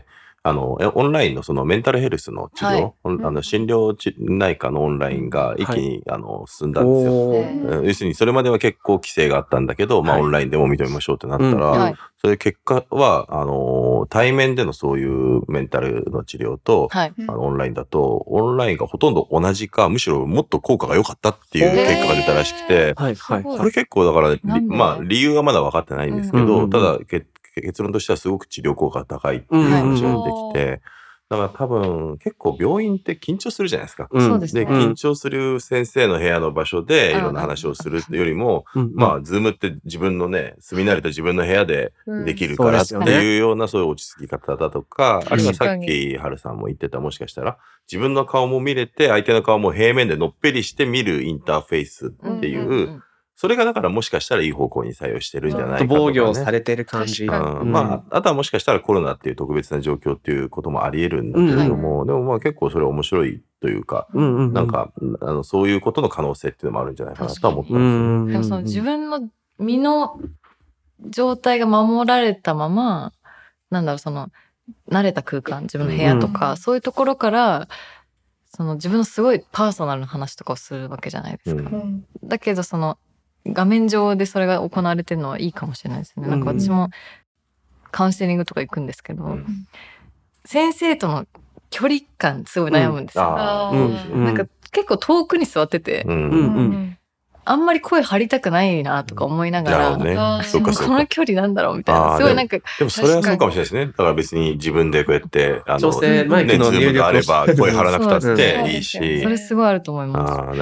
オンラインのそのメンタルヘルスの治療、心療内科のオンラインが一気に、進んだんですよ。要するにそれまでは結構規制があったんだけど、まあオンラインでも認めましょうってなったら、それ結果は、対面でのそういうメンタルの治療と、オンラインだと、オンラインがほとんど同じか、むしろもっと効果が良かったっていう結果が出たらしくて、これ結構だから、まあ理由はまだ分かってないんですけど、ただ結論としてはすごく治療効果が高いっていう話が出てきて、だから多分結構病院って緊張するじゃないですか。 そうですね。 で、緊張する先生の部屋の場所でいろんな話をするよりも、まあ、ズームって自分のね、住み慣れた自分の部屋でできるからっていうようなそういう落ち着き方だとか、あるいはさっき春さんも言ってたもしかしたら、自分の顔も見れて、相手の顔も平面でのっぺりして見るインターフェースっていう、それがだからもしかしたらいい方向に作用してるんじゃないかとか、ね。 防御されてる感じ。 まあ、あとはもしかしたらコロナっていう特別な状況っていうこともあり得るんだけれども、でもまあ結構それ面白いというか、なんか、そういうことの可能性っていうのもあるんじゃないかなとは思ったんですよね。 でもその自分の身の状態が守られたまま、なんだろう、その、慣れた空間、自分の部屋とか、そういうところから、その自分のすごいパーソナルな話とかをするわけじゃないですか。だけどその、画面上でそれが行われてるのはいいかもしれないですね。なんか私もカウンセリングとか行くんですけど、先生との距離感すごい悩むんですよ。なんか結構遠くに座ってて、あんまり声張りたくないなとか思いながら、この距離なんだろうみたいな。すごいなんか。 でもそれはそうかもしれないですね。だから別に自分でこうやって、 調整マイクの入力があれば声張らなくたっていいし。 それすごいあると思います。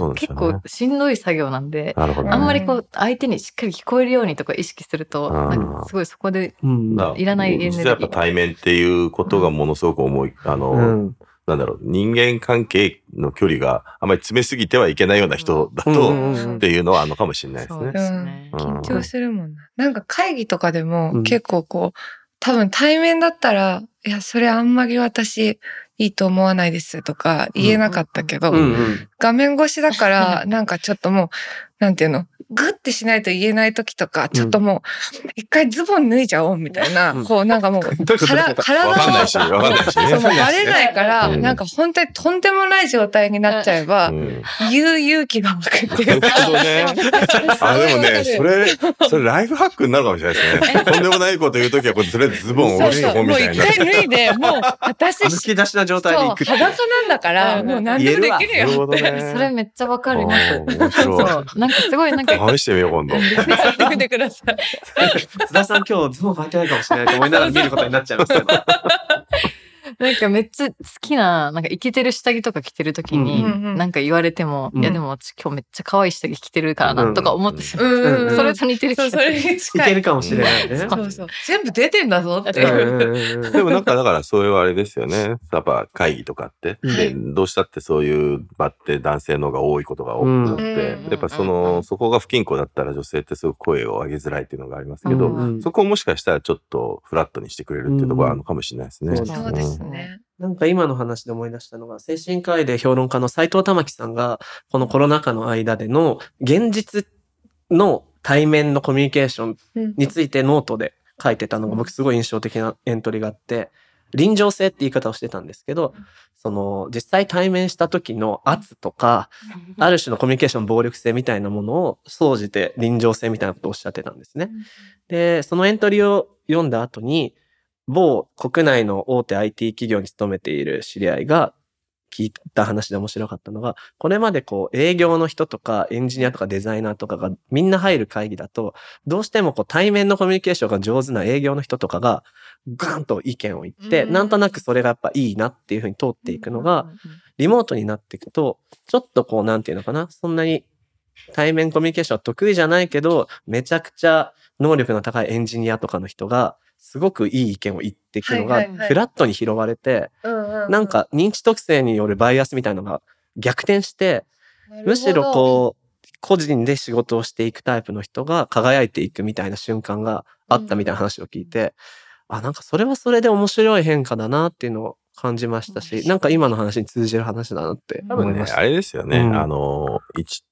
結構しんどい作業なんで、あんまりこう相手にしっかり聞こえるようにとか意識すると、なんかすごいそこでいらないエネルギー。 実はやっぱ対面っていうことがものすごく重い。なんだろう、人間関係の距離があまり詰めすぎてはいけないような人だと、っていうのはあるのかもしれないですね。 緊張するもんな。なんか会議とかでも結構こう、多分対面だったら、いや、それあんまり私いいと思わないですとか言えなかったけど、画面越しだから、なんかちょっともう、なんていうの、グッてしないと言えない時とか、ちょっともう、一回ズボン脱いじゃおうみたいな、こうなんかもう、体わかんないし、わかんないしね。 バレないから、なんか本当にとんでもない状態になっちゃえば、言う勇気が湧くっていうか。 でもね、それライフハックになるかもしれないですね。とんでもないこと言うときは、とりあえずズボンを下ろしてこうみたいな。 もう一回脱いで、もう私、 むき出しな状態で行く。 裸なんだから、もう何でもできるよって。 それめっちゃわかります。 面白い。 なんかすごいなんか。 試してみよう、今度。 やってみてください。 津田さん今日ズボン履いてないかもしれないと思いながら見ることになっちゃいますけど。 なんかめっちゃ好きな、なんかイケてる下着とか着てるときに、なんか言われても、いやでも私今日めっちゃ可愛い下着着てるからなとか思ってしまう。それと似てる気がする。 いけるかもしれないね。 そうそう。全部出てんだぞって。 でもなんかだからそういうあれですよね。やっぱ会議とかって。で、どうしたってそういう場って男性の方が多いことが多くて、やっぱそこが不均衡だったら女性ってすごく声を上げづらいっていうのがありますけど、そこをもしかしたらちょっとフラットにしてくれるっていうところがあるのかもしれないですね。 そうですね。 なんか今の話で思い出したのが、精神科医で評論家の斉藤珠樹さんが、このコロナ禍の間での現実の対面のコミュニケーションについてノートで書いてたのが僕すごい印象的なエントリーがあって、臨場性って言い方をしてたんですけど、その実際対面した時の圧とか、ある種のコミュニケーション暴力性みたいなものを総じて臨場性みたいなことをおっしゃってたんですね。で、そのエントリーを読んだ後に、某国内の大手 IT 企業に勤めている知り合いが聞いた話で面白かったのが、これまでこう営業の人とかエンジニアとかデザイナーとかがみんな入る会議だと、どうしてもこう対面のコミュニケーションが上手な営業の人とかがガンと意見を言って、なんとなくそれがやっぱいいなっていう風に通っていくのが、リモートになっていくと、ちょっとこうなんていうのかな、そんなに対面コミュニケーションは得意じゃないけど、めちゃくちゃ能力の高いエンジニアとかの人が、すごくいい意見を言っていくのがフラットに拾われて、なんか認知特性によるバイアスみたいなのが逆転して、むしろこう個人で仕事をしていくタイプの人が輝いていくみたいな瞬間があったみたいな話を聞いて、なんかそれはそれで面白い変化だなっていうのを感じましたし、なんか今の話に通じる話だなって思いました。 多分ね、あれですよね。1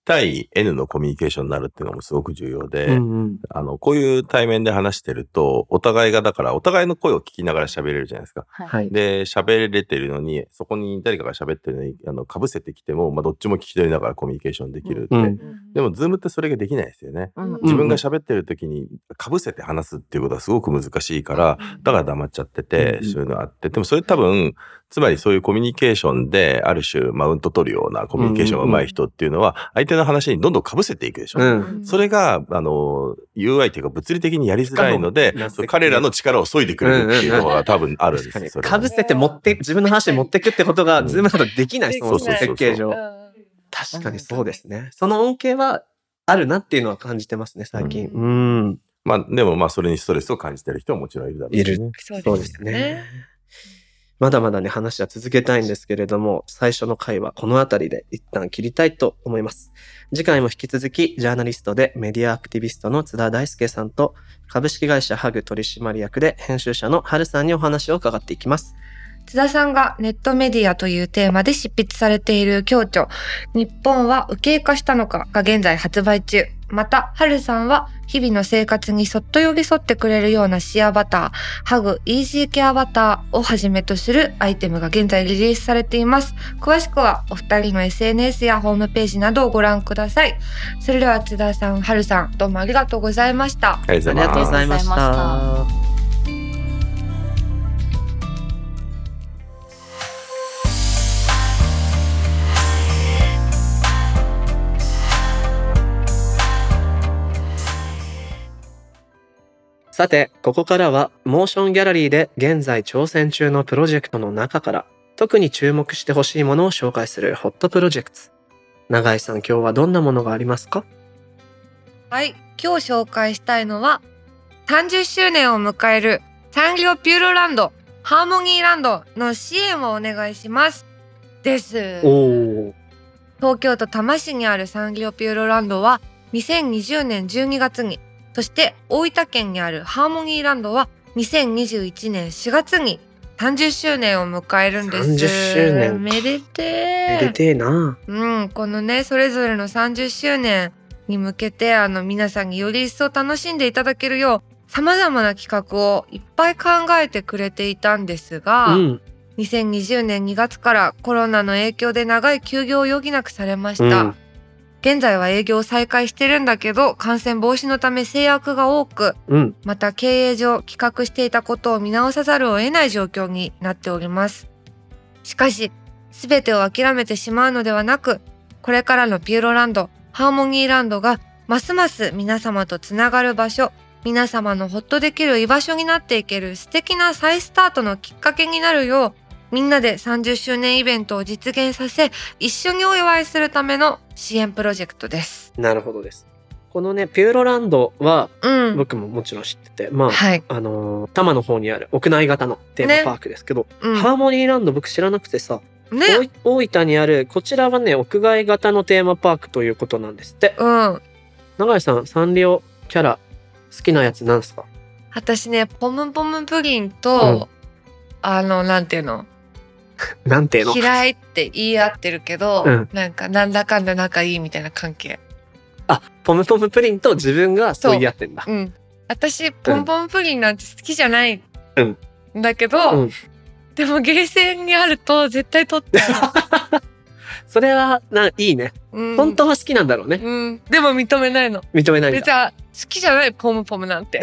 対 N のコミュニケーションになるっていうのもすごく重要で、こういう対面で話してると、お互いがだからお互いの声を聞きながら喋れるじゃないですか。はい、で、喋れてるのに、そこに誰かが喋ってるのに、被せてきても、どっちも聞き取りながらコミュニケーションできるって。でも、ズームってそれができないですよね。自分が喋ってる時に被せて話すっていうことはすごく難しいから、だから黙っちゃってて、そういうのがあって。でもそれ多分、つまりそういうコミュニケーションである種マウント取るようなコミュニケーションが上手い人っていうのは相手の話にどんどん被せていくでしょ。それがUI っていうか物理的にやりづらいので彼らの力を削いでくれるっていうのが多分あるんですよ。 被せて自分の話に持ってくってことがズームだとできない、その設計上。確かにそうですね。その恩恵はあるなっていうのは感じてますね最近。 でもそれにストレスを感じてる人はもちろんいるだろうしね。いる。 そうですね。まだまだね、話は続けたいんですけれども、最初の回はこのあたりで一旦切りたいと思います。次回も引き続き、ジャーナリストでメディアアクティビストの津田大介さんと、株式会社ハグ取締役で編集者の春さんにお話を伺っていきます。 津田さんがネットメディアというテーマで執筆されている共著、日本は右傾化したのかが現在発売中。また、春さんは日々の生活にそっと寄り添ってくれるようなシェアバター、ハグイージーケアバターをはじめとするアイテムが現在リリースされています。詳しくはお二人の SNS やホームページなどをご覧ください。それでは津田さん、春さん、どうもありがとうございました。 ありがとうございました。さて、ここからはモーションギャラリーで現在挑戦中のプロジェクトの中から特に注目してほしいものを紹介するホットプロジェクト。永井さん、今日はどんなものがありますか？ はい、今日紹介したいのは30周年を迎えるサンリオピューロランドハーモニーランドの支援をお願いしますです。東京都多摩市にあるサンリオピューロランドは2020年12月に、そして大分県にあるハーモニーランドは2021年4月に30周年を迎えるんです。 30周年。 めでてー。めでてーな。 このね、それぞれの30周年に向けて皆さんにより一層楽しんでいただけるよう様々な企画をいっぱい考えてくれていたんですが、2020年2月からコロナの影響で長い休業を余儀なくされました。現在は営業を再開してるんだけど、感染防止のため制約が多く、また経営上企画していたことを見直さざるを得ない状況になっております。しかし、全てを諦めてしまうのではなく、これからのピューロランド、ハーモニーランドがますます皆様とつながる場所、皆様のほっとできる居場所になっていける素敵な再スタートのきっかけになるよう、みんなで30周年イベントを実現させ、一緒にお祝いするための支援プロジェクトです。 なるほどです。このね、ピューロランドは、僕ももちろん知ってて、多摩の方にある屋内型のテーマパークですけど、ハーモニーランド僕知らなくてさ、大分にあるこちらはね、屋外型のテーマパークということなんですって。永井さん、サンリオキャラ好きなやつなんですか？ 私ね、ポムポムプリンと、なんていうの嫌いって言い合ってるけど、なんだかんだ仲いいみたいな関係。 ポムポムプリンと自分がそう言い合ってんだ。 私ポムポムプリンなんて好きじゃないんだけど、でもゲーセンにあると絶対取っちゃう。 それはいいね。本当は好きなんだろうね。 でも認めないの。 認めないんだ。 別に好きじゃないポムポムなんて。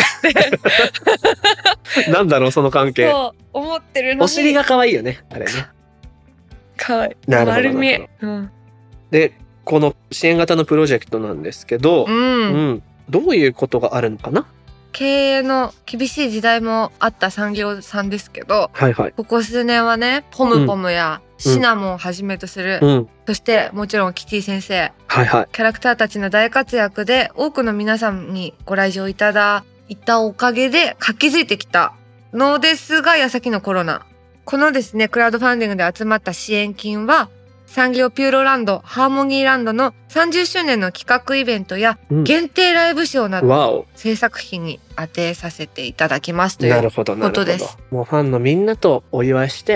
なんだろうその関係。 そう思ってるのに。 お尻が可愛いよねあれね。 可愛い。 なるほど。 丸見え。 でこの支援型のプロジェクトなんですけど、どういうことがあるのかな？ 経営の厳しい時代もあった産業さんですけど、ここ数年はね、ポムポムやシナモンをはじめとする、そしてもちろんキティ先生、キャラクターたちの大活躍で多くの皆さんにご来場いただいたおかげで活気づいてきたのですが、矢先のコロナ。このですね、クラウドファンディングで集まった支援金はサンリオピューロランドハーモニーランドの30周年の企画イベントや限定ライブショーなど制作費に充てさせていただきますということです。 もうファンのみんなとお祝いして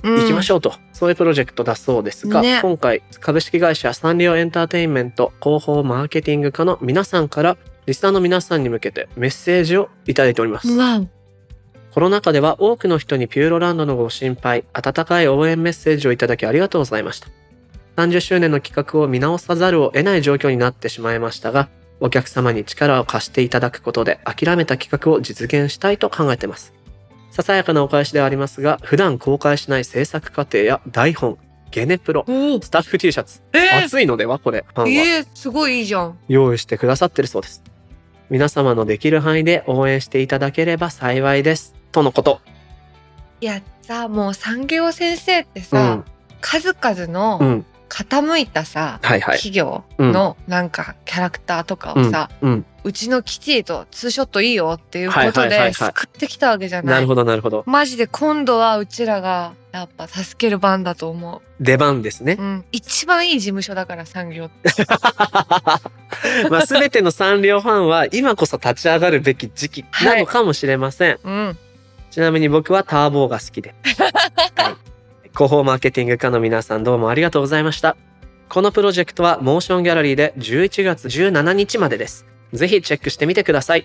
行きましょうと、そういうプロジェクトだそうですが、今回株式会社サンリオエンターテインメント広報マーケティング課の皆さんからリスナーの皆さんに向けてメッセージをいただいております。コロナ禍では多くの人にピューロランドのご心配、温かい応援メッセージをいただきありがとうございました。30周年の企画を見直さざるを得ない状況になってしまいましたが、お客様に力を貸していただくことで諦めた企画を実現したいと考えています。ささやかなお返しではありますが、普段公開しない制作過程や台本、ゲネプロ、スタッフ T シャツ、熱いのではこれファンは、 すごいいいじゃん。 用意してくださってるそうです。皆様のできる範囲で応援していただければ幸いですとのこと。 いやさ、もう産業先生ってさ、数々の傾いたさ、企業のなんかキャラクターとかをさ、うちのキティとツーショットいいよっていうことで救ってきたわけじゃない。 なるほどなるほど。 マジで今度はうちらがやっぱ助ける番だと思う。 出番ですね。 一番いい事務所だから産業って。 まあ全てのサンリオファンは今こそ立ち上がるべき時期なのかもしれません。ちなみに僕はターボーが好きで。広報マーケティング課の皆さんどうもありがとうございました。このプロジェクトはモーションギャラリーで11月17日までです。ぜひチェックしてみてください。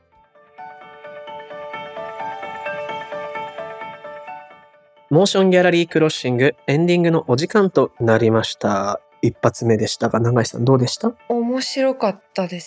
モーションギャラリークロッシングエンディングのお時間となりました。一発目でしたが、永井さんどうでした？ 面白かったです。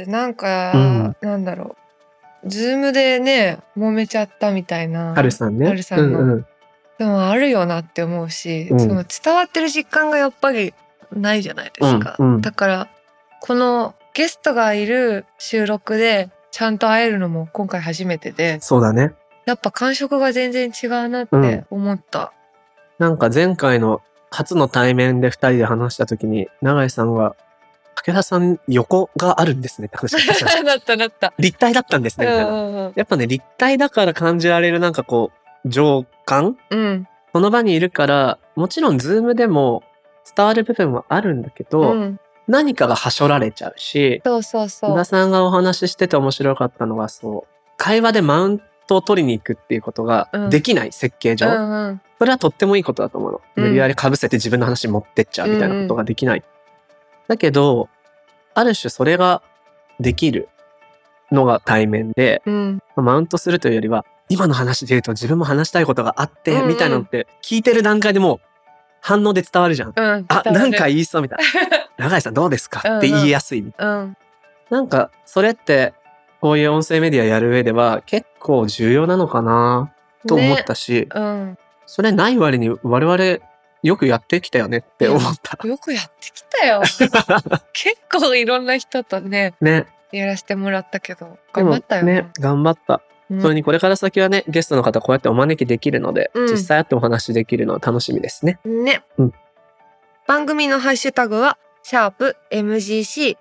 なんか、なんだろう。ズームでね、揉めちゃったみたいな。 春さんね。 春さんの。でもあるよなって思うし、その伝わってる実感がやっぱりないじゃないですか。だからこのゲストがいる収録でちゃんと会えるのも今回初めてで、 そうだね。 やっぱ感触が全然違うなって思った。 なんか前回の初の対面で2人で話した時に永井さんが武田さん横があるんですねって話だったじゃん。 なった。 立体だったんですねみたいな。やっぱね、立体だから感じられるなんかこう情感、その場にいるから、もちろんズームでも伝わる部分はあるんだけど、何かがはしょられちゃうし、宇田さんがお話ししてて面白かったのは、そう会話でマウントを取りに行くっていうことができない、設計上、それはとってもいいことだと思うの。無理やり被せて自分の話持ってっちゃうみたいなことができない。だけどある種それができるのが対面で、マウントするというよりは、今の話で言うと自分も話したいことがあって、みたいなのって聞いてる段階でもう反応で伝わるじゃん。あ、なんか言いそうみたいな。永井さんどうですかって言いやすいみたいな。なんかそれってこういう音声メディアやる上では結構重要なのかなと思ったし、それない割に我々よくやってきたよねって思った。 よくやってきたよ。結構いろんな人とねやらせてもらったけど頑張ったよね。 頑張った。それにこれから先はね、ゲストの方こうやってお招きできるので、実際会ってお話できるのは楽しみですね。 番組のハッシュタグは#MGCROSSING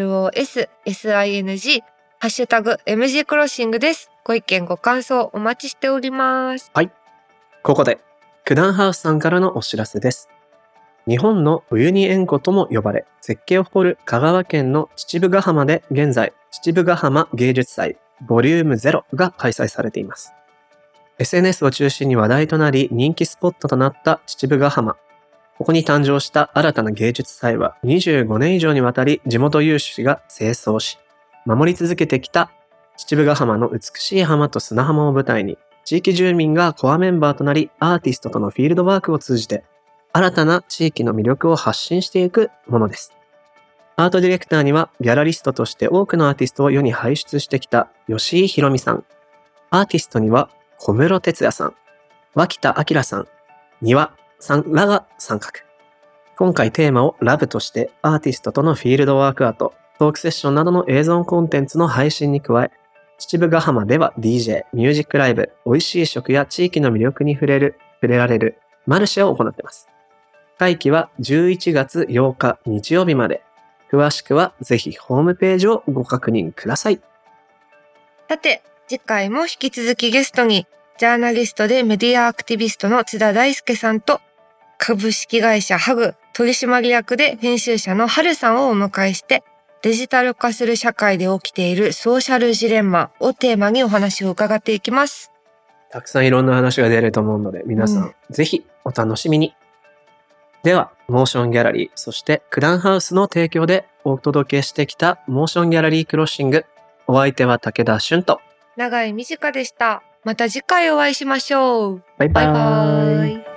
ハッシュタグ MG クロッシングです。ご意見ご感想お待ちしております。 はい。ここで九段ハウスさんからのお知らせです。日本のウユニ塩湖とも呼ばれ、絶景を誇る香川県の父母ヶ浜で現在、父母ヶ浜芸術祭ボリューム0が開催されています。SNS を中心に話題となり人気スポットとなった父母ヶ浜。ここに誕生した新たな芸術祭は25年以上にわたり地元有志が清掃し、守り続けてきた父母ヶ浜の美しい浜と砂浜を舞台に、地域住民がコアメンバーとなりアーティストとのフィールドワークを通じて新たな地域の魅力を発信していくものです。アートディレクターにはギャラリストとして多くのアーティストを世に輩出してきた吉井ひろみさん。アーティストには小室哲哉さん、脇田明さん、丹羽さんらが参画。今回テーマをラブとしてアーティストとのフィールドワークアート、トークセッションなどの映像コンテンツの配信に加え、父母ヶ浜では DJ、ミュージックライブ、美味しい食や地域の魅力に触れられるマルシェを行っています。会期は11月8日日曜日まで。詳しくはぜひホームページをご確認ください。 さて、次回も引き続きゲストにジャーナリストでメディアアクティビストの津田大介さんと株式会社ハグ取締役で編集者の春さんをお迎えしてデジタル化する社会で起きているソーシャルジレンマをテーマにお話を伺っていきます。 たくさんいろんな話が出ると思うので、皆さん、ぜひお楽しみに。では、モーションギャラリー、そして九段ハウスの提供でお届けしてきたモーションギャラリークロッシング。お相手は武田俊と永井美智香でした。また次回お会いしましょう。 バイバイ。 バイバイ。